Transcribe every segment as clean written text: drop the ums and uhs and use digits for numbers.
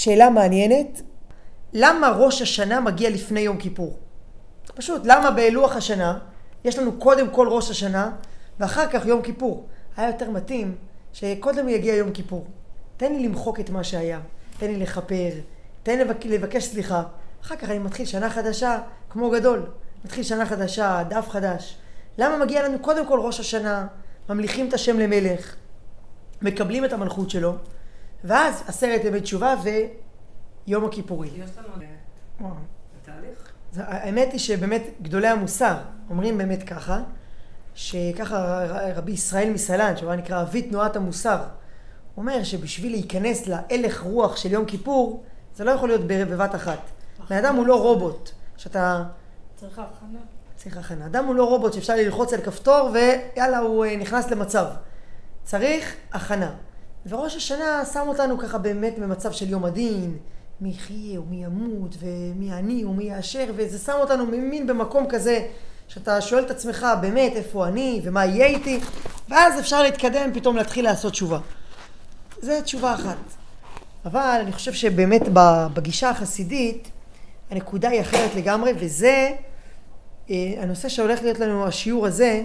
שאלה מעניינת, למה ראש השנה מגיע לפני יום כיפור? פשוט, למה בלוח השנה יש לנו קודם כל ראש השנה ואחר כך יום כיפור? היה יותר מתאים שקודם יגיע יום כיפור. תן לי למחוק את מה שהיה, תן לי לכפר, תן לי לבקש סליחה. אחר כך אני מתחיל שנה חדשה כמו גדול. מתחיל שנה חדשה, דף חדש. למה מגיע לנו קודם כל ראש השנה, ממליכים את השם למלך, מקבלים את המלכות שלו, ואז 10 ימי תשובה ויום הכיפורים. יש לנו בתהליך? האמת היא שבאמת גדולי המוסר אומרים באמת ככה, שככה רבי ישראל מסלן, שהוא נקרא אבי תנועת המוסר, אומר שבשביל להיכנס להלך רוח של יום כיפור, זה לא יכול להיות בבת אחת. האדם הוא לא רובוט, שאתה... צריך הכנה. צריך הכנה. אדם הוא לא רובוט שאפשר ללחוץ על כפתור ויאללה הוא נכנס למצב. צריך הכנה. וראש השנה שם אותנו ככה באמת במצב של יום הדין, מי יחיה ומי ימות ומי יעני ומי יאשר, וזה שם אותנו מין במקום כזה שאתה שואל את עצמך באמת איפה אני ומה יהיה איתי, ואז אפשר להתקדם פתאום להתחיל לעשות תשובה. זה תשובה אחת. אבל אני חושב שבאמת בגישה החסידית הנקודה היא אחרת לגמרי, וזה הנושא שהולך להיות לנו השיעור הזה,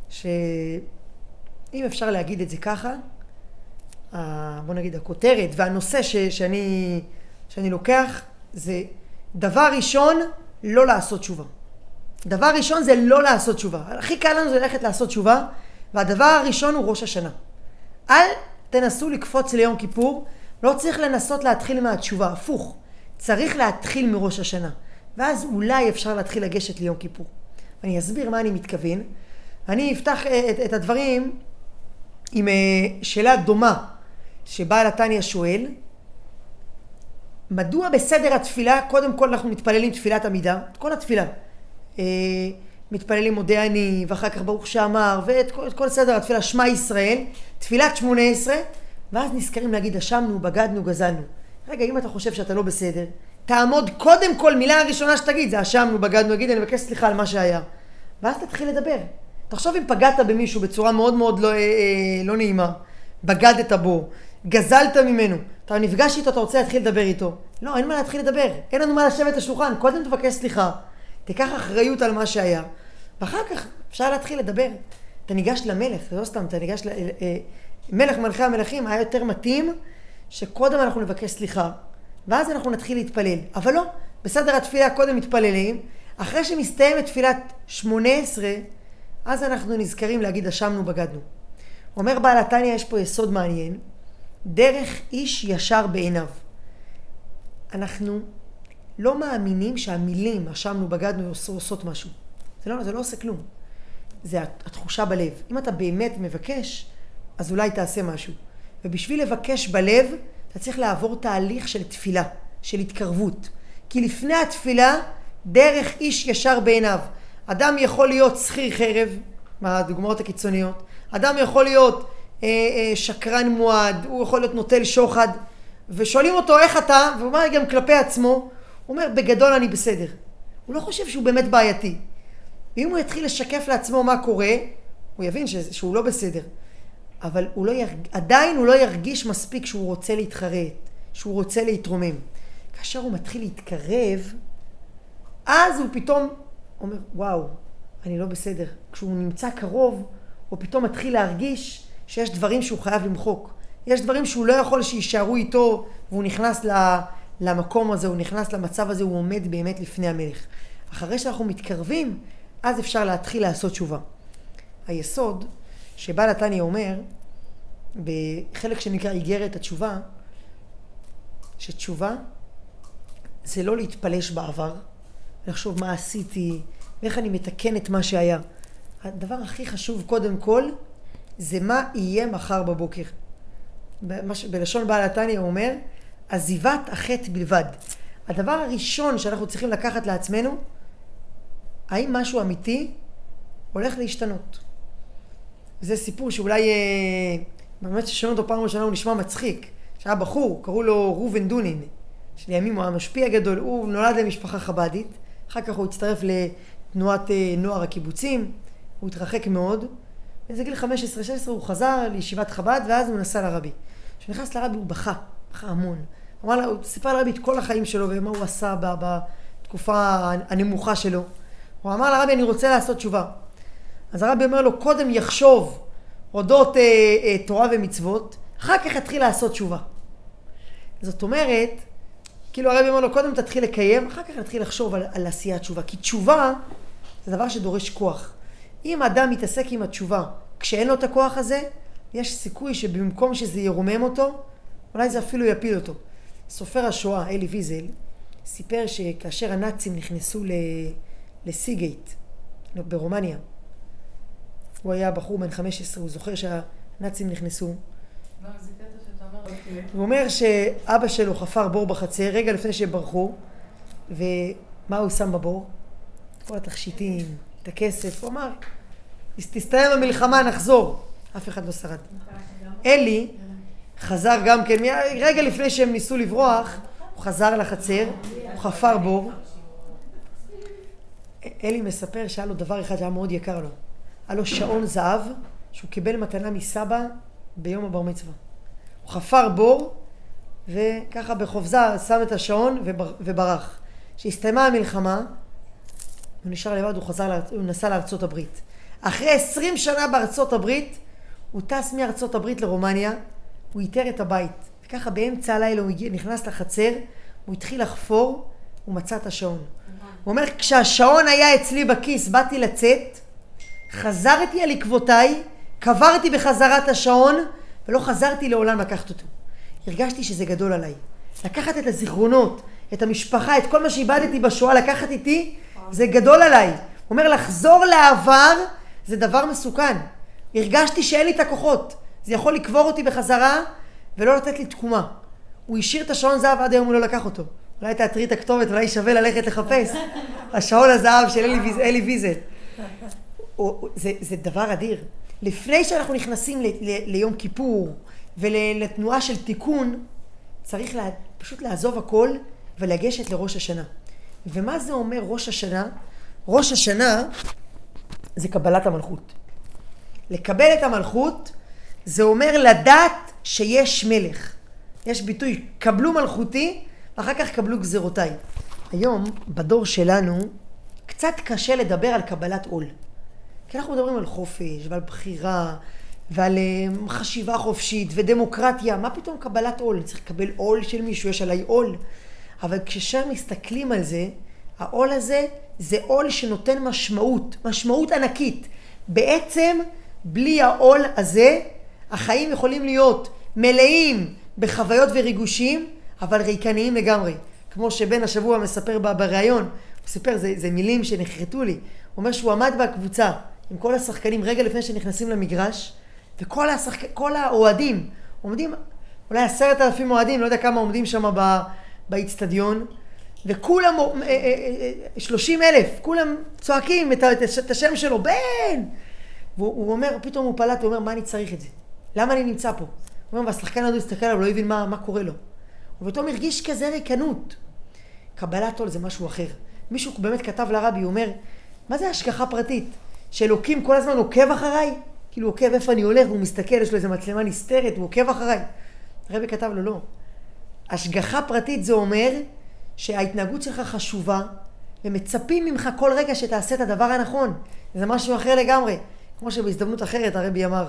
שאם אפשר להגיד את זה ככה, בוא נגיד הכותרת והנושא שאני לוקח זה דבר ראשון לא לעשות תשובה. דבר ראשון זה לא לעשות תשובה. הכי קל לנו זה ללכת לעשות תשובה, והדבר הראשון הוא ראש השנה. אל תנסו לקפוץ ליום כיפור, לא צריך לנסות להתחיל מהתשובה, הפוך. צריך להתחיל מראש השנה, ואז אולי אפשר להתחיל לגשת ליום כיפור. ואני אסביר מה אני מתכוון. אני אפתח את הדברים עם שאלה דומה שבעל התניא שואל, מדוע בסדר התפילה, קודם כל אנחנו מתפללים תפילת עמידה, את כל התפילה. מתפללים מודה אני, ואחר כך ברוך שאמר, ואת כל סדר התפילה, שמע ישראל, תפילת 18, ואז נזכרים להגיד, אשמנו, בגדנו, גזלנו. רגע, אם אתה חושב שאתה לא בסדר, תעמוד קודם כל, מילה הראשונה שתגיד, זה אשמנו, בגדנו, נגיד, אני מבקש סליחה על מה שהיה. ואז תתחיל לדבר. תחשוב אם פגעת במישהו בצורה מאוד מאוד לא נעימה, בגדת בו, גזלת ממנו, אתה נפגש איתו, אתה רוצה להתחיל לדבר איתו. לא, אין מה להתחיל לדבר, אין לנו מה לשבת לשולחן, קודם תבקש סליחה, תיקח אחריות על מה שהיה, ואחר כך אפשר להתחיל לדבר. אתה ניגש למלך, זה לא סתם, אתה ניגש מלך מלכי המלכים, היה יותר מתאים שקודם אנחנו נבקש סליחה, ואז אנחנו נתחיל להתפלל. אבל לא, בסדר התפילה קודם מתפללים, אחרי שמסתיימת תפילת 18, אז אנחנו נזכרים להגיד אשמנו בגדנו. אומר בעל התניא, יש פה יסוד מעניין, דרך איש ישר בעיניו. אנחנו לא מאמינים שהמילים אשמנו בגדנו עושות משהו. זה לא עושה כלום. זה התחושה בלב. אם אתה באמת מבקש, אז אולי תעשה משהו. ובשביל לבקש בלב, אתה צריך לעבור תהליך של תפילה, של התקרבות. כי לפני התפילה, דרך איש ישר בעיניו. אדם יכול להיות שכיר חרב, מהדוגמאות הקיצוניות. אדם יכול להיות שקרן מועד, הוא יכול להיות נוטל שוחד, ושואלים אותו איך אתה, והוא אומר גם כלפי עצמו, הוא אומר בגדול אני בסדר. הוא לא חושב שהוא באמת בעייתי. ואם הוא יתחיל לשקף לעצמו מה קורה, הוא יבין שהוא לא בסדר. אבל עדיין הוא לא ירגיש מספיק שהוא רוצה להתחרט, שהוא רוצה להתרומם. כאשר הוא מתחיל להתקרב, אז הוא פתאום אומר, וואו, אני לא בסדר. כשהוא נמצא קרוב, הוא פתאום מתחיל להרגיש שיש דברים שהוא חייב למחוק. יש דברים שהוא לא יכול שישארו איתו, והוא נכנס למקום הזה, הוא נכנס למצב הזה, הוא עומד באמת לפני המלך. אחרי שאנחנו מתקרבים, אז אפשר להתחיל לעשות תשובה. היסוד שבעל התניא אומר, בחלק שנקרא איגרת התשובה, שתשובה זה לא להתפלש בעבר, לחשוב מה עשיתי, ואיך אני מתקן את מה שהיה. הדבר הכי חשוב קודם כל, זה מה יהיה מחר בבוקר. בלשון בעל התניא הוא אומר, עזיבת החטא בלבד. הדבר הראשון שאנחנו צריכים לקחת לעצמנו, האם משהו אמיתי הולך להשתנות. זה סיפור שאולי, באמת ששומעים אותו פעם ראשונה הוא נשמע מצחיק. שהיה בחור, קראו לו ראובן דונין, שלימים הוא המשפיע הגדול, הוא נולד למשפחה חבדית, אחר כך הוא הצטרף לתנועת נוער הקיבוצים, הוא התרחק מאוד, באיזה גיל 15-16 הוא חזר לישיבת חב"ד, ואז הוא נסע לרבי. כשנכנס לרבי הוא בכה המון. הוא סיפר לרבי את כל החיים שלו ומה הוא עשה בתקופה הנמוכה שלו. הוא אמר לרבי, אני רוצה לעשות תשובה. אז הרבי אומר לו, קודם יחשוב אודות תורה ומצוות, אחר כך יתחיל לעשות תשובה. זאת אומרת, כאילו הרבי אומר לו, קודם תתחיל לקיים, אחר כך תתחיל לחשוב על עשיית תשובה. כי תשובה זה דבר שדורש כוח. אם אדם מתעסק עם התשובה, כשאין לו את הכוח הזה, יש סיכוי שבמקום שזה ירומם אותו, אולי זה אפילו יפיל אותו. סופר השואה, אלי ויזל, סיפר שכאשר הנאצים נכנסו לסיגייט, ברומניה, הוא היה בחור בן 15, הוא זוכר שהנאצים נכנסו. זה קטע שאתה אומר, אוקיי. הוא אומר שאבא שלו חפר בור בחצר, רגע לפני שהם ברחו, ומה הוא שם בבור? כל התכשיטים, את הכסף, הוא אמר, תסתיים המלחמה, נחזור. אף אחד לא שרד. אלי חזר גם כן, רגע לפני שהם ניסו לברוח, הוא חזר לחצר, הוא חפר בור. אלי מספר שהיה לו דבר אחד שהיה מאוד יקר לו. היה לו שעון זהב שהוא קיבל מתנה מסבא ביום הבר מצווה. הוא חפר בור וככה בחופזה שם את השעון וברח. כשהסתיימה המלחמה, הוא נשאר לבד, הוא נסע לארצות הברית. אחרי 20 שנה בארצות הברית, הוא טס מארצות הברית לרומניה, הוא איתר את הבית. וככה באמצע הלילה הוא נכנס לחצר, הוא התחיל לחפור, הוא מצא את השעון. הוא אומר, כשהשעון היה אצלי בכיס, באתי לצאת, חזרתי על עקבותיי, קברתי בחזרה את השעון, ולא חזרתי לעולם לקחת אותו. הרגשתי שזה גדול עליי. לקחת את הזיכרונות, את המשפחה, את כל מה שאיבדתי בשואה, לקחת איתי, זה גדול עליי. הוא אומר, לחזור לעבר, זה דבר מסוכן. הרגשתי שאין לי את הכוחות. זה יכול לקבור אותי בחזרה, ולא לתת לי תקומה. הוא השאיר את השעון זהב, עד היום הוא לא לקח אותו. אולי תאתרי את הכתובת, אולי שווה ללכת לחפש. השעון הזהב של אלי ויזל. זה דבר אדיר. לפני שאנחנו נכנסים ליום כיפור ולתנועה של תיקון, צריך פשוט לעזוב הכל ולגשת לראש השנה. ומה זה אומר ראש השנה? ראש השנה זה קבלת המלכות. לקבל את המלכות זה אומר לדעת שיש מלך. יש ביטוי, קבלו מלכותי, ואחר כך קבלו גזירותיי. היום, בדור שלנו, קצת קשה לדבר על קבלת עול. כי אנחנו מדברים על חופש ועל בחירה ועל חשיבה חופשית ודמוקרטיה. מה פתאום קבלת עול? אני צריך לקבל עול של מישהו, יש עליי עול. אבל כששם מסתכלים על זה, העול הזה זה עול שנותן משמעות, משמעות ענקית. בעצם, בלי העול הזה, החיים יכולים להיות מלאים בחוויות וריגושים, אבל ריקניים לגמרי. כמו שבן השבוע מספר בריאיון, הוא סיפר, זה מילים שנחרטו לי. הוא אומר שהוא עמד בקבוצה עם כל השחקנים רגע לפני שנכנסים למגרש, וכל האוהדים עומדים, אולי 10,000 אוהדים, לא יודע כמה עומדים שם באצטדיון, וכולם, 30,000, כולם צועקים את השם שלו, בן! והוא אומר, פתאום הוא פלט, הוא אומר, מה אני צריך את זה? למה אני נמצא פה? הוא אומר, והשחקן הזה הסתכל עליו, לא הבין מה קורה לו. ובתום הרגיש כזה ריקנות. קבלת עול זה משהו אחר. מישהו באמת כתב לרבי, הוא אומר, מה זה השגחה פרטית? שאלוקים כל הזמן עוקב אחריי? כאילו הוא עוקב איפה אני הולך, והוא מסתכל, יש לו איזו מצלמה נסתרת, הוא עוקב אחריי. הרבי כתב לו, לא. השגחה פרטית זה אומר שההתנהגות שלך חשובה, ומצפים ממך כל רגע שתעשה את הדבר הנכון. זה משהו אחר לגמרי. כמו שבהזדמנות אחרת הרבי אמר,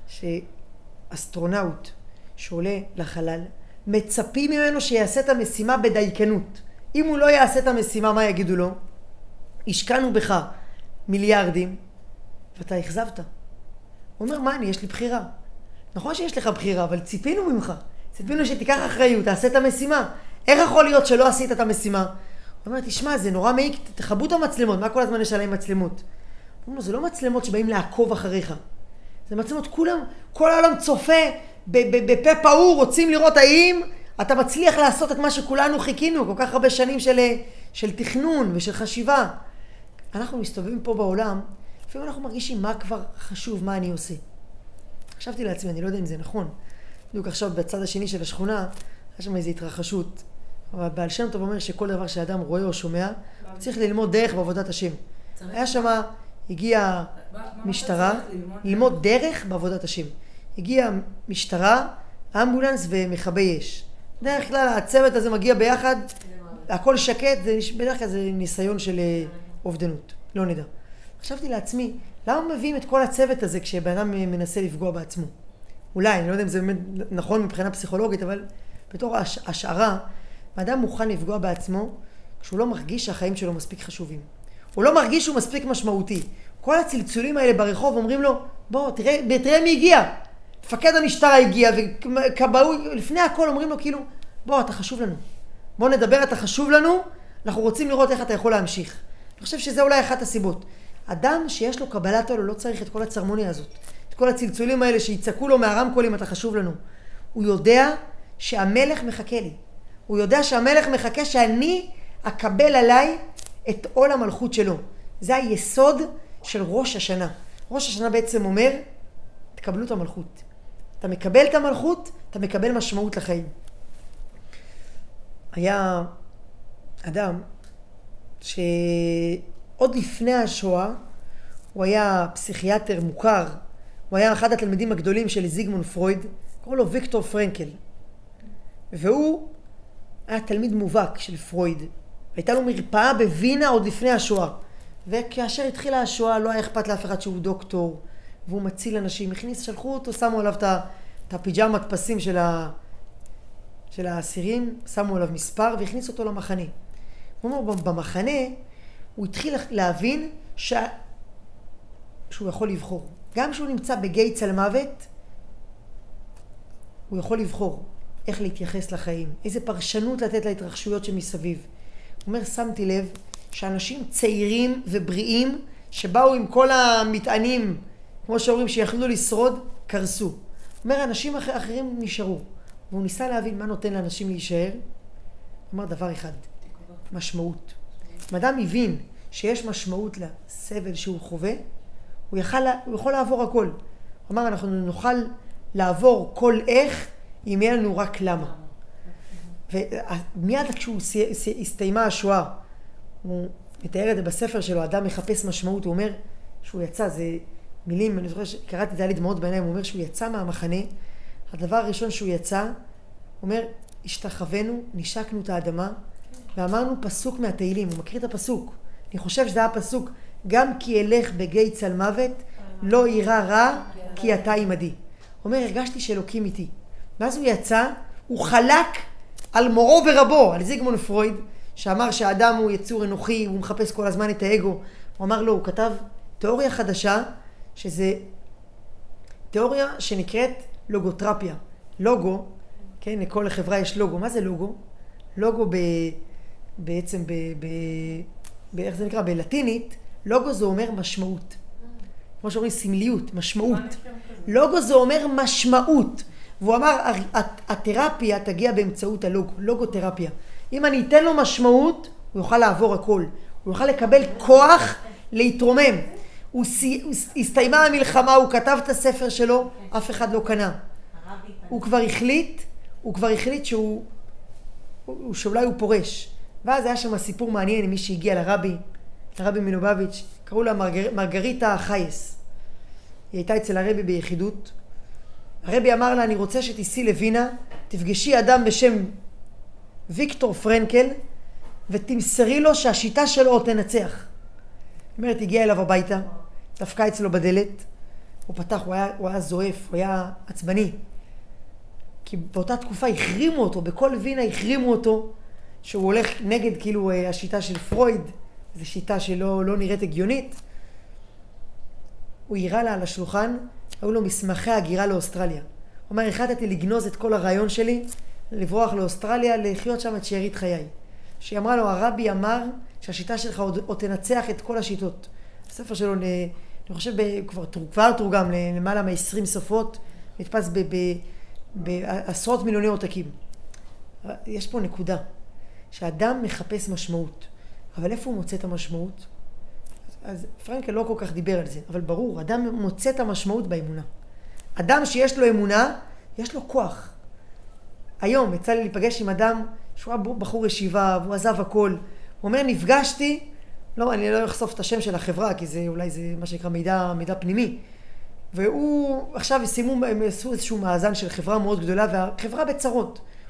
שאסטרונאוט שעולה לחלל, מצפים ממנו שיעשה את המשימה בדייקנות. אם הוא לא יעשה את המשימה, מה יגידו לו? השקענו בך מיליארדים, ואתה אכזבת. הוא אומר, מה יש לי בחירה. נכון שיש לך בחירה, אבל ציפינו ממך. ציפינו שתיקח אחריות, תעשה את המשימה. איך יכול להיות שלא עשית את המשימה? הוא אומר, תשמע, זה נורא מעיק, תחבו את המצלמות. מה כל הזמן יש עליהם מצלמות? הוא אומר, זה לא מצלמות שבאים לעקוב אחריך. זה מצלמות, כל העולם צופה בפה פעור, רוצים לראות האם אתה מצליח לעשות את מה שכולנו חיכינו, כל כך הרבה שנים של תכנון ושל חשיבה. אנחנו מסתובבים פה בעולם, לפעמים אנחנו מרגישים מה כבר חשוב, מה אני עושה. חשבתי לעצמי, אני לא יודע אם זה נכון. בדיוק עכשיו בצד השני של השכונה, יש שם איזו התרחשות. אבל בעל שם טוב אומר שכל דבר שאדם רואה או שומע, צריך ללמוד דרך בעבודת השם. היה שם, הגיעה משטרה, ללמוד דרך בעבודת השם. הגיעה משטרה, אמבולנס ומכבי אש. בדרך כלל הצוות הזה מגיע ביחד, הכל שקט, בדרך כלל זה ניסיון של אובדנות, לא נדע. חשבתי לעצמי, למה מביאים את כל הצוות הזה כשבן אדם מנסה לפגוע בעצמו? אולי, אני לא יודע אם זה באמת נכון מבחינה פסיכולוגית, אבל בתור השערה, האדם מוכן לפגוע בעצמו כשהוא לא מרגיש שהחיים שלו מספיק חשובים. הוא לא מרגיש שהוא מספיק משמעותי. כל הצלצולים האלה ברחוב אומרים לו, בוא, תראה מי הגיע. מפקד המשטרה הגיע, לפני הכל אומרים לו כאילו, בוא, אתה חשוב לנו. בוא נדבר, אתה חשוב לנו, אנחנו רוצים לראות איך אתה יכול להמשיך. אני חושב שזה אולי אחת הסיבות. אדם שיש לו קבלת עול, לא צריך את כל הצרמוניה הזאת. את כל הצלצולים האלה שיצעקו לו מהרמקולים, אתה חשוב לנו. הוא יודע שהמלך מחכה לי. הוא יודע שהמלך מחכה שאני אקבל עליי את עול המלכות שלו. זה היסוד של ראש השנה. ראש השנה בעצם אומר, תקבלו את המלכות. אתה מקבל את המלכות, אתה מקבל משמעות לחיים. היה אדם שעוד לפני השואה, הוא היה פסיכיאטר מוכר, הוא היה אחד התלמידים הגדולים של זיגמונד פרויד, קראו לו ויקטור פרנקל. והוא היה תלמיד מובהק של פרויד. הייתה לו מרפאה בווינה עוד לפני השואה. וכאשר התחילה השואה לא היה אכפת לאף אחד שהוא דוקטור, והוא מציל אנשים. שלחו אותו, שמו עליו את הפיג'מה הדפסים של האסירים, שמו עליו מספר והכניס אותו למחנה. הוא אומר, במחנה הוא התחיל להבין שהוא יכול לבחור. גם כשהוא נמצא בגיא צל מוות, הוא יכול לבחור איך להתייחס לחיים, איזה פרשנות לתת להתרחשויות שמסביב. הוא אומר, שמתי לב שאנשים צעירים ובריאים שבאו עם כל המטענים, כמו שאומרים, שיכלו לשרוד, קרסו. הוא אומר, אנשים אחרים נשארו. והוא ניסה להבין מה נותן לאנשים להישאר. הוא אמר דבר אחד, משמעות. אם אדם הבין שיש משמעות לסבל שהוא חווה, הוא יכול לעבור הכל. הוא אמר, אנחנו נוכל לעבור כל איך אם יהיה לנו רק למה. ומיד כשהוא הסתיימה השואה, הוא מתאר את זה בספר שלו, אדם מחפש משמעות, הוא אומר שהוא יצא, זה מילים, אני זוכר שקראתי את זה, היה לי דמעות בעיניים, הוא אומר שהוא יצא מהמחנה, הדבר הראשון שהוא יצא, הוא אומר, השתחווינו, נשקנו את האדמה, ואמרנו פסוק מהתהילים, הוא מקריא את הפסוק, אני חושב שזה היה פסוק, גם כי אלך בגיא צל מוות, לא יירא רע, כי אתה עמדי. הוא אומר, הרגשתי שאלוקים איתי. ואז הוא יצא, הוא חלק על מורו ורבו, על זיגמונד פרויד, שאמר שהאדם הוא יצור אנוכי, הוא מחפש כל הזמן את האגו. הוא אמר לו, הוא כתב תיאוריה חדשה, שזה תיאוריה שנקראת לוגותרפיה. לוגו, כן, לכל חברה יש לוגו. מה זה לוגו? לוגו בעצם איך זה נקרא? בלטינית, לוגו זה אומר משמעות. כמו שאומרים סמליות, משמעות. לוגו זה אומר משמעות. והוא אמר, התרפיה תגיע באמצעות הלוגו, לוגותרפיה. אם אני אתן לו משמעות, הוא יוכל לעבור הכל. הוא יוכל לקבל כוח להתרומם. הוא הסתיימה המלחמה, הוא כתב את הספר שלו, אף אחד לא קנה. הוא כבר החליט שאולי הוא פורש. ואז היה שם סיפור מעניין עם מי שהגיע לרבי מלובביץ', קראו לה מרגריטה חייס. היא הייתה אצל הרבי ביחידות. הרבי אמר לה, אני רוצה שתיסעי לווינה, תפגשי אדם בשם ויקטור פרנקל, ותמסרי לו שהשיטה שלו תנצח. זאת אומרת, הגיעה אליו הביתה, דפקה אצלו בדלת, הוא פתח, הוא היה זועף, הוא היה עצבני. כי באותה תקופה החרימו אותו, בכל וינה החרימו אותו, שהוא הולך נגד כאילו השיטה של פרויד, זו שיטה שלא נראית הגיונית. הוא יראה לה על השולחן, היו לו מסמכי הגירה לאוסטרליה. הוא אומר, החלטתי לגנוז את כל הרעיון שלי, לברוח לאוסטרליה, לחיות שם את שארית חיי. שהיא אמרה לו, הרבי אמר שהשיטה שלך עוד תנצח את כל השיטות. הספר שלו, אני חושב, כבר תורגם למעלה מ-20 שפות, נתפס בעשרות מיליוני עותקים. יש פה נקודה, שאדם מחפש משמעות, אבל איפה הוא מוצא את המשמעות? אז פרנקל לא כל כך דיבר על זה, אבל ברור, אדם מוצא את המשמעות באמונה. אדם שיש לו אמונה, יש לו כוח. היום יצא לי להיפגש עם אדם שהוא היה בחור ישיבה, והוא עזב הכל. הוא אומר, נפגשתי, לא, אני לא אחשוף את השם של החברה, כי זה אולי זה מה שנקרא מידע פנימי. והוא, עכשיו הם עשו איזשהו מאזן של חברה מאוד גדולה, והחברה בצרות.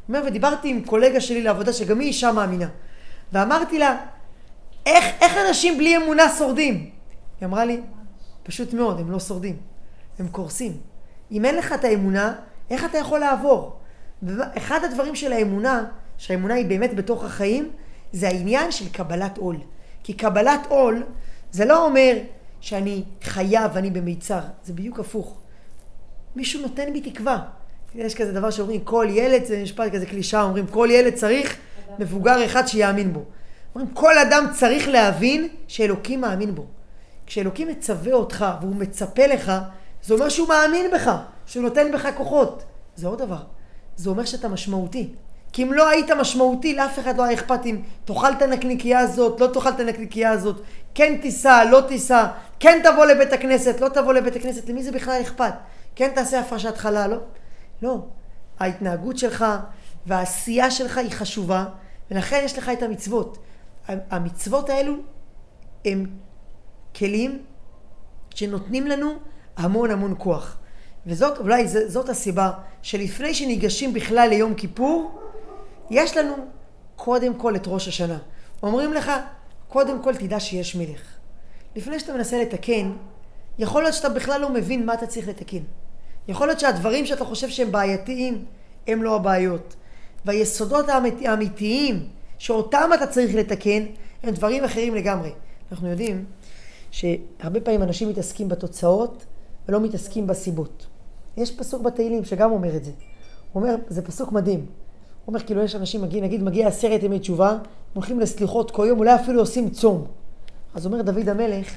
ודיברתי עם קולגה שלי לעבודה, שגם היא אישה מאמינה. ואמרתי לה, איך אנשים בלי אמונה שורדים? היא אמרה לי, פשוט מאוד, הם לא שורדים. הם קורסים. אם אין לך את האמונה, איך אתה יכול לעבור? אחד הדברים של האמונה, שהאמונה היא באמת בתוך החיים, זה העניין של קבלת עול. כי קבלת עול, זה לא אומר שאני חייב ואני במיצר. זה בדיוק הפוך. מישהו נותן בי תקווה. יש כזה דבר שאומרים, כל ילד, זה משפט כזה קלישה, אומרים, כל ילד צריך מבוגר אחד שיאמין בו. אומרים, כל אדם צריך להבין שאלוקים מאמין בו. כשאלוקים מצווה אותך והוא מצפה לך, זה אומר שהוא מאמין בך, שהוא נותן בך כוחות. זה עוד דבר. זה אומר שאתה משמעותי. כי אם לא היית משמעותי, לאף אחד לא היה אכפת אם תאכל את הנקניקייה הזאת, לא תאכל את הנקניקייה הזאת, כן תיסע, לא תיסע, כן תבוא לבית הכנסת, לא תבוא לבית הכנסת, למי זה בכלל אכפת? כן תעשה הפרשת חלה, לא? לא. ההתנהגות שלך והעשייה שלך היא חשובה, ולכן יש לך את המצוות. המצוות האלו הם כלים שנותנים לנו המון המון כוח. וזאת, אולי זאת הסיבה שלפני שניגשים בכלל ליום כיפור, יש לנו קודם כל את ראש השנה. אומרים לך, קודם כל תדע שיש מלך. לפני שאתה מנסה לתקן, יכול להיות שאתה בכלל לא מבין מה אתה צריך לתקן. יכול להיות שהדברים שאתה חושב שהם בעייתיים, הם לא הבעיות. והיסודות האמיתיים שאותם אתה צריך לתקן, הם דברים אחרים לגמרי. אנחנו יודעים שהרבה פעמים אנשים מתעסקים בתוצאות, ולא מתעסקים בסיבות. יש פסוק בתהילים שגם אומר את זה. הוא אומר, זה פסוק מדהים. הוא אומר, כאילו יש אנשים, נגיד מגיע 10 ימי תשובה, הולכים לסליחות כל יום, אולי אפילו עושים צום. אז אומר דוד המלך,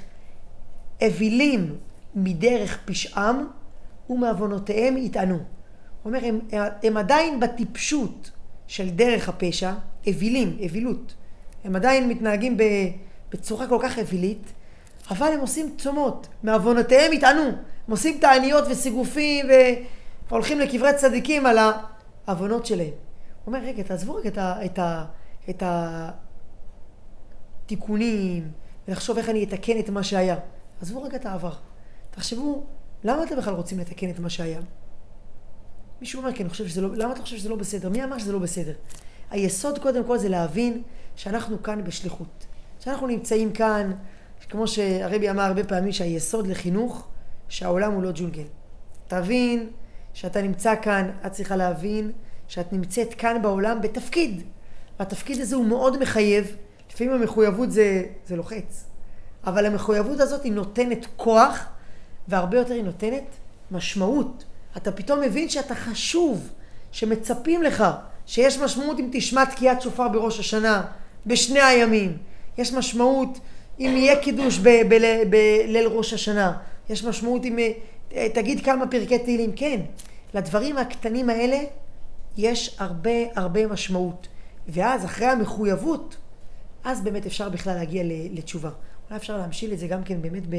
אבילים מדרך פשעם, ומעוונותיהם יטענו. הוא אומר, הם עדיין בטיפשות של דרך הפשע, אבילים, אבילות. הם עדיין מתנהגים בצורה כל כך אבילית, אבל הם עושים צומות, מעוונותיהם יטענו. הם עושים תעניות וסיגופים והולכים לקברי צדיקים על העוונות שלהם. הוא אומר, רגע, תעזבו רגע את התיקונים, ולחשוב איך אני אתקן את מה שהיה. עזבו רגע את העבר. תחשבו, למה אתם בכלל רוצים לתקן את מה שהיה? מישהו אומר, כן, למה אתה חושב שזה לא בסדר? מי אמר שזה לא בסדר? היסוד קודם כל זה להבין שאנחנו כאן בשליחות. שאנחנו נמצאים כאן, כמו שהרבי אמר הרבה פעמים, שהיסוד לחינוך, שהעולם הוא לא ג'ונגל. תבין שאתה נמצא כאן, את צריכה להבין שאת נמצאת כאן בעולם בתפקיד. והתפקיד הזה הוא מאוד מחייב. לפעמים המחויבות זה לוחץ. אבל המחויבות הזאת היא נותנת כוח, והרבה יותר היא נותנת משמעות. אתה פתאום מבין שאתה חשוב, שמצפים לך, שיש משמעות אם תשמע תקיעת שופר בראש השנה, בשני הימים. יש משמעות אם יהיה קידוש בליל ראש השנה. יש משמעות אם תגיד כמה פרקי תהילים. כן, לדברים הקטנים האלה יש הרבה משמעות. ואז אחרי המחויבות, אז באמת אפשר בכלל להגיע לתשובה. אולי אפשר להמשיל את זה גם כן באמת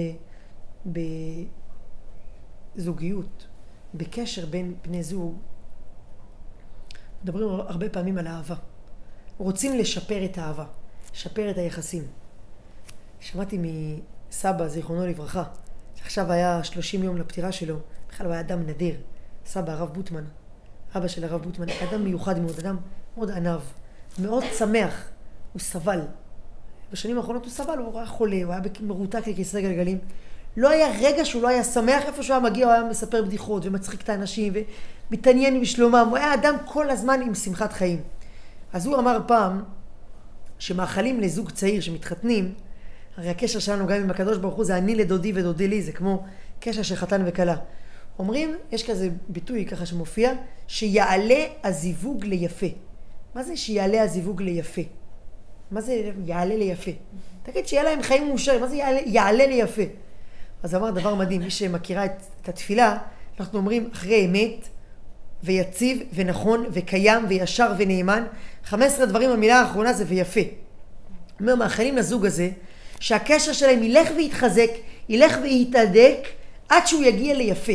בזוגיות, בקשר בין בני זוג. מדברים הרבה פעמים על אהבה. רוצים לשפר את האהבה, לשפר את היחסים. שמעתי מסבא, זיכרונו לברכה, שעכשיו היה 30 יום לפטירה שלו, בכלל הוא היה אדם נדיר. סבא, הרב בוטמן, אבא של הרב בוטמן, אדם מיוחד מאוד, אדם מאוד ענב, מאוד שמח, הוא סבל. בשנים האחרונות הוא סבל, הוא היה חולה, הוא היה מרותק לכיסא גלגלים. לא היה רגע שהוא לא היה שמח, איפה שהוא היה מגיע, הוא היה מספר בדיחות ומצחיק את האנשים ומתעניין בשלומם. הוא היה אדם כל הזמן עם שמחת חיים. אז הוא אמר פעם, שמאחלים לזוג צעיר שמתחתנים, הרי הקשר שלנו גם עם הקדוש ברוך הוא זה אני לדודי ודודי לי, זה כמו קשר של חתן וכלה. אומרים, יש כזה ביטוי ככה שמופיע, שיעלה הזיווג ליפה. מה זה שיעלה הזיווג ליפה? מה זה יעלה ליפה? תגיד שיהיה להם חיים מאושרים, מה זה יעלה ליפה? אז אמר דבר מדהים, מי שמכירה את התפילה, אנחנו אומרים אחרי אמת ויציב ונכון וקיים וישר ונאמן, 15 דברים, המילה האחרונה זה ויפה. אומר, מאחלים לזוג הזה, שהקשר שלהם ילך ויתחזק, ילך ויתהדק, עד שהוא יגיע ליפה.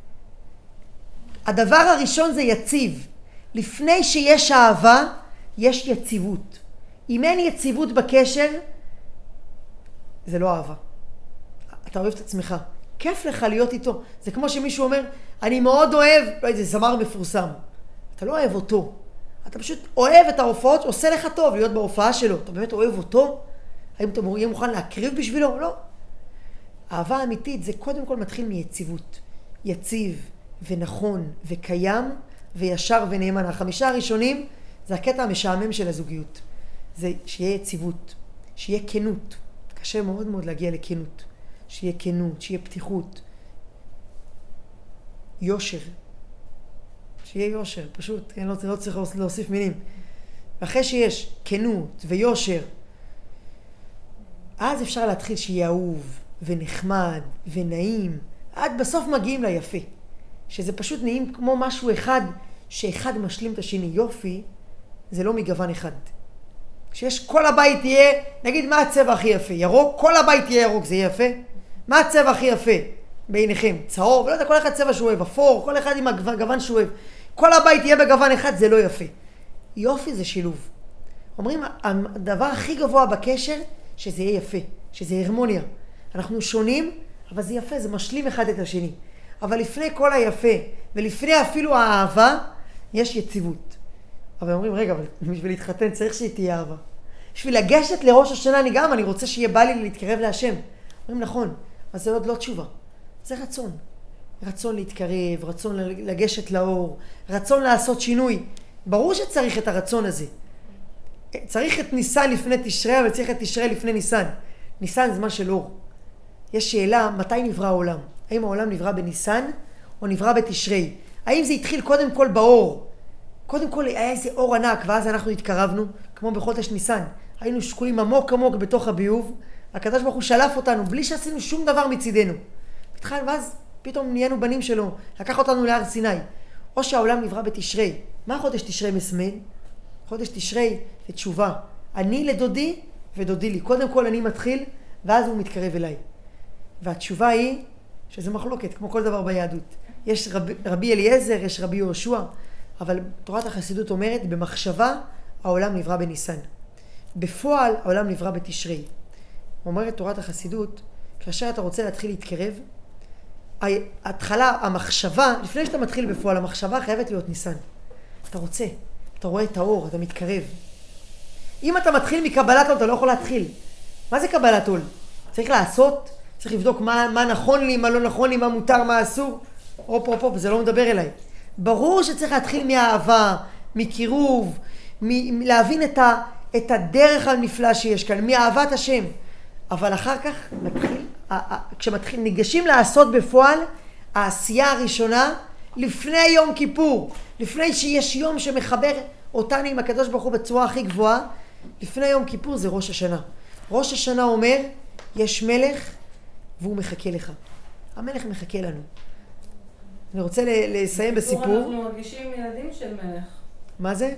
הדבר הראשון זה יציב. לפני שיש אהבה, יש יציבות. אם אין יציבות בקשר, זה לא אהבה. אתה אוהב את עצמך. כיף לך להיות איתו. זה כמו שמישהו אומר, אני מאוד אוהב, לא יודע, זה זמר מפורסם. אתה לא אוהב אותו. אתה פשוט אוהב את ההופעות, עושה לך טוב להיות בהופעה שלו. אתה באמת אוהב אותו? האם אתה יהיה מוכן להקריב בשבילו? לא. אהבה אמיתית זה קודם כל מתחיל מיציבות. יציב ונכון וקיים וישר ונאמן. 5 הראשונים זה הקטע המשעמם של הזוגיות. זה שיהיה יציבות, שיהיה כנות. קשה מאוד מאוד להגיע לכנות. שיהיה כנות, שיהיה פתיחות. יושר. שיהיה יושר, פשוט. לא צריך להוסיף מילים. ואחרי שיש כנות ויושר, אז אפשר להתחיל שיהיה אהוב ונחמד ונעים. עד בסוף מגיעים ליפה. שזה פשוט נעים כמו משהו אחד, שאחד משלים את השני. יופי, זה לא מגוון אחד. כשיש כל הבית יהיה, נגיד מה הצבע הכי יפה? ירוק? כל הבית יהיה ירוק, זה יהיה יפה? מה הצבע הכי יפה בעיניכם? צהוב? לא יודע, כל אחד צבע שהוא אוהב, אפור, כל אחד עם הגוון שהוא אוהב. כל הבית יהיה בגוון אחד, זה לא יפה. יופי זה שילוב. אומרים, הדבר הכי גבוה בקשר, שזה יהיה יפה, שזה הרמוניה. אנחנו שונים, אבל זה יפה, זה משלים אחד את השני. אבל לפני כל היפה, ולפני אפילו האהבה, יש יציבות. אבל אומרים, רגע, אבל בשביל להתחתן צריך שהיא תהיה אהבה. בשביל לגשת לראש השנה אני רוצה שיהיה בא לי להתקרב להשם. אומרים, נכון, אבל זה עוד לא תשובה. זה רצון. רצון להתקרב, רצון לגשת לאור, רצון לעשות שינוי. ברור שצריך את הרצון הזה. צריך את ניסן לפני תשרי, אבל צריך את תשרי לפני ניסן. ניסן זה זמן של אור. יש שאלה, מתי נברא העולם? האם העולם נברא בניסן או נברא בתשרי? האם זה התחיל קודם כל באור? קודם כל היה איזה אור ענק, ואז אנחנו התקרבנו, כמו בחודש ניסן. היינו שקועים עמוק עמוק בתוך הביוב, הקדוש ברוך הוא שלף אותנו, בלי שעשינו שום דבר מצידנו. ואז פתאום נהיינו בנים שלו, לקח אותנו להר סיני. או שהעולם נברא בתשרי. מה חודש תשרי מסמל? חודש תשרי זה תשובה. אני לדודי ודודי לי. קודם כל אני מתחיל, ואז הוא מתקרב אליי. והתשובה היא שזה מחלוקת, כמו כל דבר ביהדות. יש רבי אליעזר, יש רבי יהושע, אבל תורת החסידות אומרת, במחשבה העולם נברא בניסן. בפועל העולם נברא בתשרי. אומרת תורת החסידות, כאשר אתה רוצה להתחיל להתקרב, ההתחלה, המחשבה, לפני שאתה מתחיל בפועל, המחשבה חייבת להיות ניסן. אתה רוצה, אתה רואה את האור, אתה מתקרב. אם אתה מתחיל מקבלת עול, אתה לא יכול להתחיל. מה זה קבלת עול? צריך לעשות, צריך לבדוק מה נכון לי, מה לא נכון לי, מה מותר, מה אסור. אופ, זה לא מדבר אליי. ברור שצריך להתחיל מהאהבה, מקירוב, להבין את הדרך הנפלא שיש כאן, מאהבת השם. אבל אחר כך ניגשים לעשות בפועל, העשייה הראשונה, לפני יום כיפור, לפני שיש יום שמחבר אותנו עם הקדוש ברוך הוא בצורה הכי גבוהה, לפני יום כיפור זה ראש השנה. ראש השנה אומר, יש מלך והוא מחכה לך. המלך מחכה לנו. אני רוצה לסיים בסיפור. בכיפור אנחנו מרגישים ילדים של מלך. מה זה?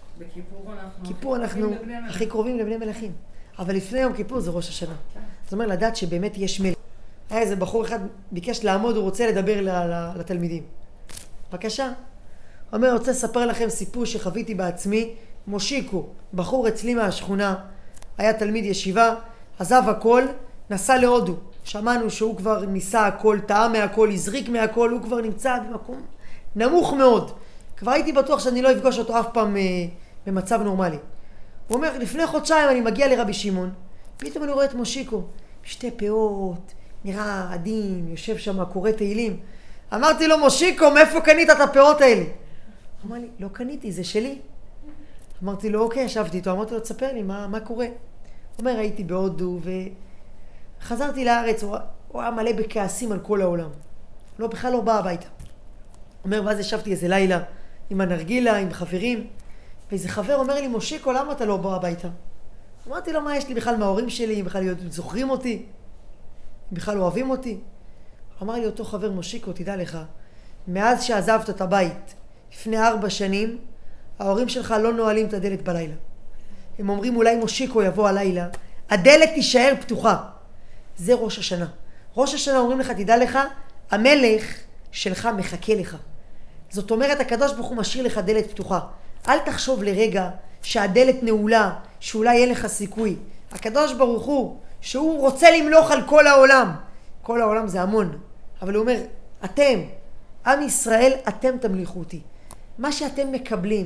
בכיפור אנחנו הכי קרובים לבני מלכים. אבל לפני יום כיפור זה ראש השנה. זאת אומרת, לדעת שבאמת יש מלך. היה איזה בחור אחד ביקש לעמוד, הוא רוצה לדבר לתלמידים. בבקשה. הוא אומר, אני רוצה לספר לכם סיפור שחוויתי בעצמי. מושיקו, בחור אצלי מהשכונה, היה תלמיד ישיבה, עזב הכל, נסע להודו. שמענו שהוא כבר ניסה הכל, טעה מהכל, הזריק מהכל, הוא כבר נמצא במקום נמוך מאוד. כבר הייתי בטוח שאני לא אפגוש אותו אף פעם במצב נורמלי. הוא אומר, לפני חודשיים אני מגיע לרבי שמעון, פתאום אני רואה את מושיקו, שתי פאות, נראה עדין, יושב שם, קורא תהילים. אמרתי לו, מושיקו, מאיפה קנית את הפאות האלה? הוא אמר לי, לא קניתי, זה שלי. אמרתי לו, אוקיי, ישבתי איתו, אמרתי לו, תספר לי, מה קורה? הוא אומר, הייתי בהודו וחזרתי לארץ, הוא היה מלא בכעסים על כל העולם. לא, בכלל לא בא הביתה. הוא אומר, ואז ישבתי איזה לילה עם הנרגילה, עם חברים, ואיזה חבר אומר לי, מושיקו, למה אתה לא בא הביתה? אמרתי לו, מה יש לי בכלל מההורים שלי, בכלל זוכרים אותי, בכלל אוהבים אותי? אמר לי אותו חבר, מושיקו, תדע לך, מאז שעזבת את הבית, לפני 4 שנים, ההורים שלך לא נועלים את הדלת בלילה. הם אומרים, אולי מושיקו יבוא הלילה, הדלת תישאר פתוחה. זה ראש השנה. ראש השנה אומרים לך, תדע לך, המלך שלך מחכה לך. זאת אומרת, הקדוש ברוך הוא משאיר לך דלת פתוחה. אל תחשוב לרגע שהדלת נעולה, שאולי יהיה לך סיכוי. הקדוש ברוך הוא, שהוא רוצה למלוך על כל העולם. כל העולם זה המון. אבל הוא אומר, אתם, עם ישראל, אתם תמליכו אותי. מה שאתם מקבלים,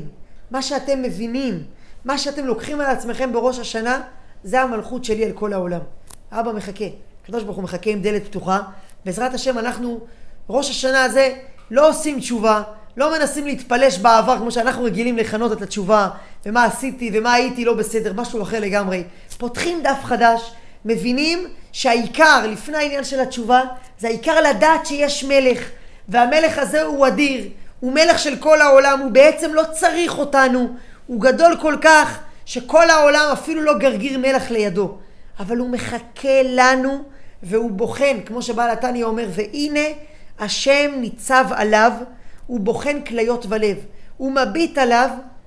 מה שאתם מבינים, מה שאתם לוקחים על עצמכם בראש השנה, זה המלכות שלי על כל העולם. אבא מחכה, הקדוש ברוך הוא מחכה עם דלת פתוחה. בעזרת השם אנחנו, ראש השנה הזה, לא עושים תשובה, לא מנסים להתפלש בעבר כמו שאנחנו רגילים לכנות את התשובה, ומה עשיתי ומה הייתי לא בסדר, משהו אחר לגמרי. פותחים דף חדש, מבינים שהעיקר לפני העניין של התשובה, זה העיקר לדעת שיש מלך, והמלך הזה הוא אדיר, הוא מלך של כל העולם, הוא בעצם לא צריך אותנו, הוא גדול כל כך שכל העולם אפילו לא גרגיר מלך לידו, אבל הוא מחכה לנו והוא בוחן, כמו שבעל התניא אומר, והנה השם ניצב עליו, הוא בוחן כליות ולב, הוא מביט עליו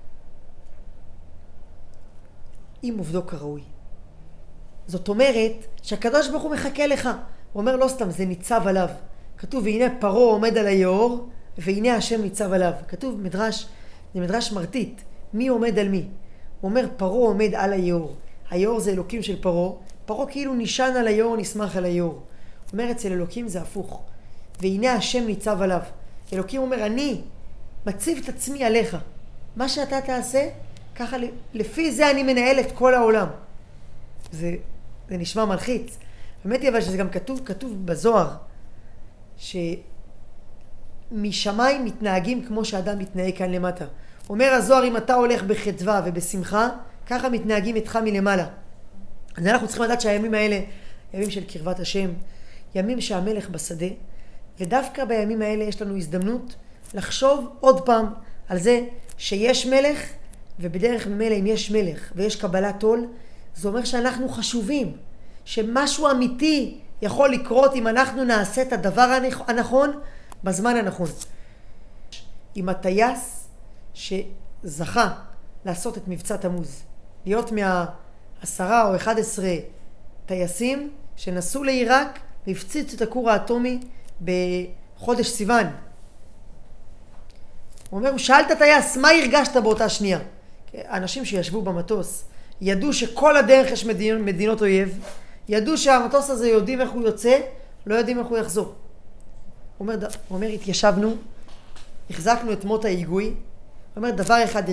עם עובדו כראוי. זאת אומרת שהקדוש ברוך הוא מחכה לך, הוא אומר לא סתם, זה ניצב עליו. כתוב והנה פרעה עומד על היאור והנה השם ניצב עליו. כתוב מדרש, זה מדרש מרטיט, מי עומד על מי? הוא אומר פרעה עומד על היאור, היאור זה אלוקים של פרעה, פרעה כאילו נשען על היאור, נסמך על היאור. הוא אומר אצל אלוקים זה הפוך, והנה השם ניצב עליו. אלוקים אומר אני מציב את עצמי עליך, מה שאתה תעשה ככה, לפי זה אני מנהל את כל העולם. זה נשמע מלחיץ. באמת אבל שזה גם כתוב בזוהר, שמשמיים מתנהגים כמו שאדם מתנהג כאן למטה. אומר הזוהר, אם אתה הולך בחדווה ובשמחה, ככה מתנהגים איתך מלמעלה. אז אנחנו צריכים לדעת שהימים האלה, ימים של קרבת השם, ימים שהמלך בשדה, ודווקא בימים האלה יש לנו הזדמנות לחשוב עוד פעם על זה שיש מלך, ובדרך ממילא אם יש מלך ויש קבלת עול, זה אומר שאנחנו חשובים, שמשהו אמיתי יכול לקרות אם אנחנו נעשה את הדבר הנכון בזמן הנכון. עם הטייס שזכה לעשות את מבצע תמוז, להיות 10 או 11 טייסים שנסעו לעיראק והפציצו את הכור האטומי בחודש סיוון. הוא אומר, הוא שאל את הטייס, מה הרגשת באותה שנייה? האנשים שישבו במטוס ידעו שכל הדרך יש מדינות אויב, ידעו שהמטוס הזה יודעים איך הוא יוצא, לא יודעים איך הוא יחזור. הוא אומר, התיישבנו, החזקנו את מות ההיגוי, הוא אומר, דבר אחד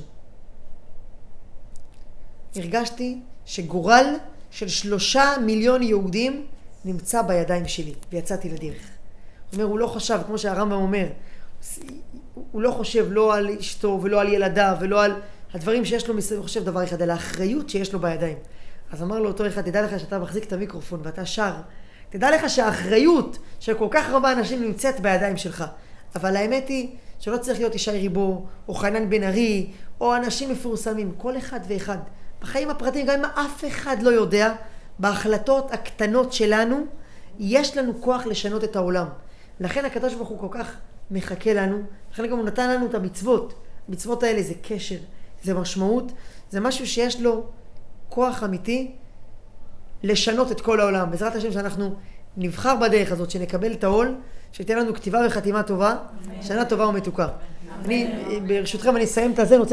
הרגשתי שגורל של 3 מיליון יהודים נמצא בידיים שלי, ויצאתי לדרך. הוא אומר, הוא לא חשב, כמו שהרמב"ם אומר, הוא לא חושב לא על אשתו ולא על ילדיו ולא על הדברים שיש לו מסביב, הוא חושב דבר אחד, על האחריות שיש לו בידיים. אז אמר לו אותו אחד, תדע לך שאתה מחזיק את המיקרופון ואתה שר, תדע לך שהאחריות של כל כך הרבה אנשים נמצאת בידיים שלך. אבל האמת היא שלא צריך להיות ישי ריבו או חנן בן ארי או אנשים מפורסמים, כל אחד ואחד. בחיים הפרטיים, גם אם אף אחד לא יודע, בהחלטות הקטנות שלנו, יש לנו כוח לשנות את העולם. לכן הקדוש ברוך הוא כל כך מחכה לנו, לכן גם הוא נתן לנו את המצוות. המצוות האלה זה קשר, זה משמעות, זה משהו שיש לו כוח אמיתי לשנות את כל העולם. בעזרת השם שאנחנו נבחר בדרך הזאת, שנקבל את העול, שתהיה לנו כתיבה וחתימה טובה, שנה טובה ומתוקה. ברשותכם אני אסיים את זה.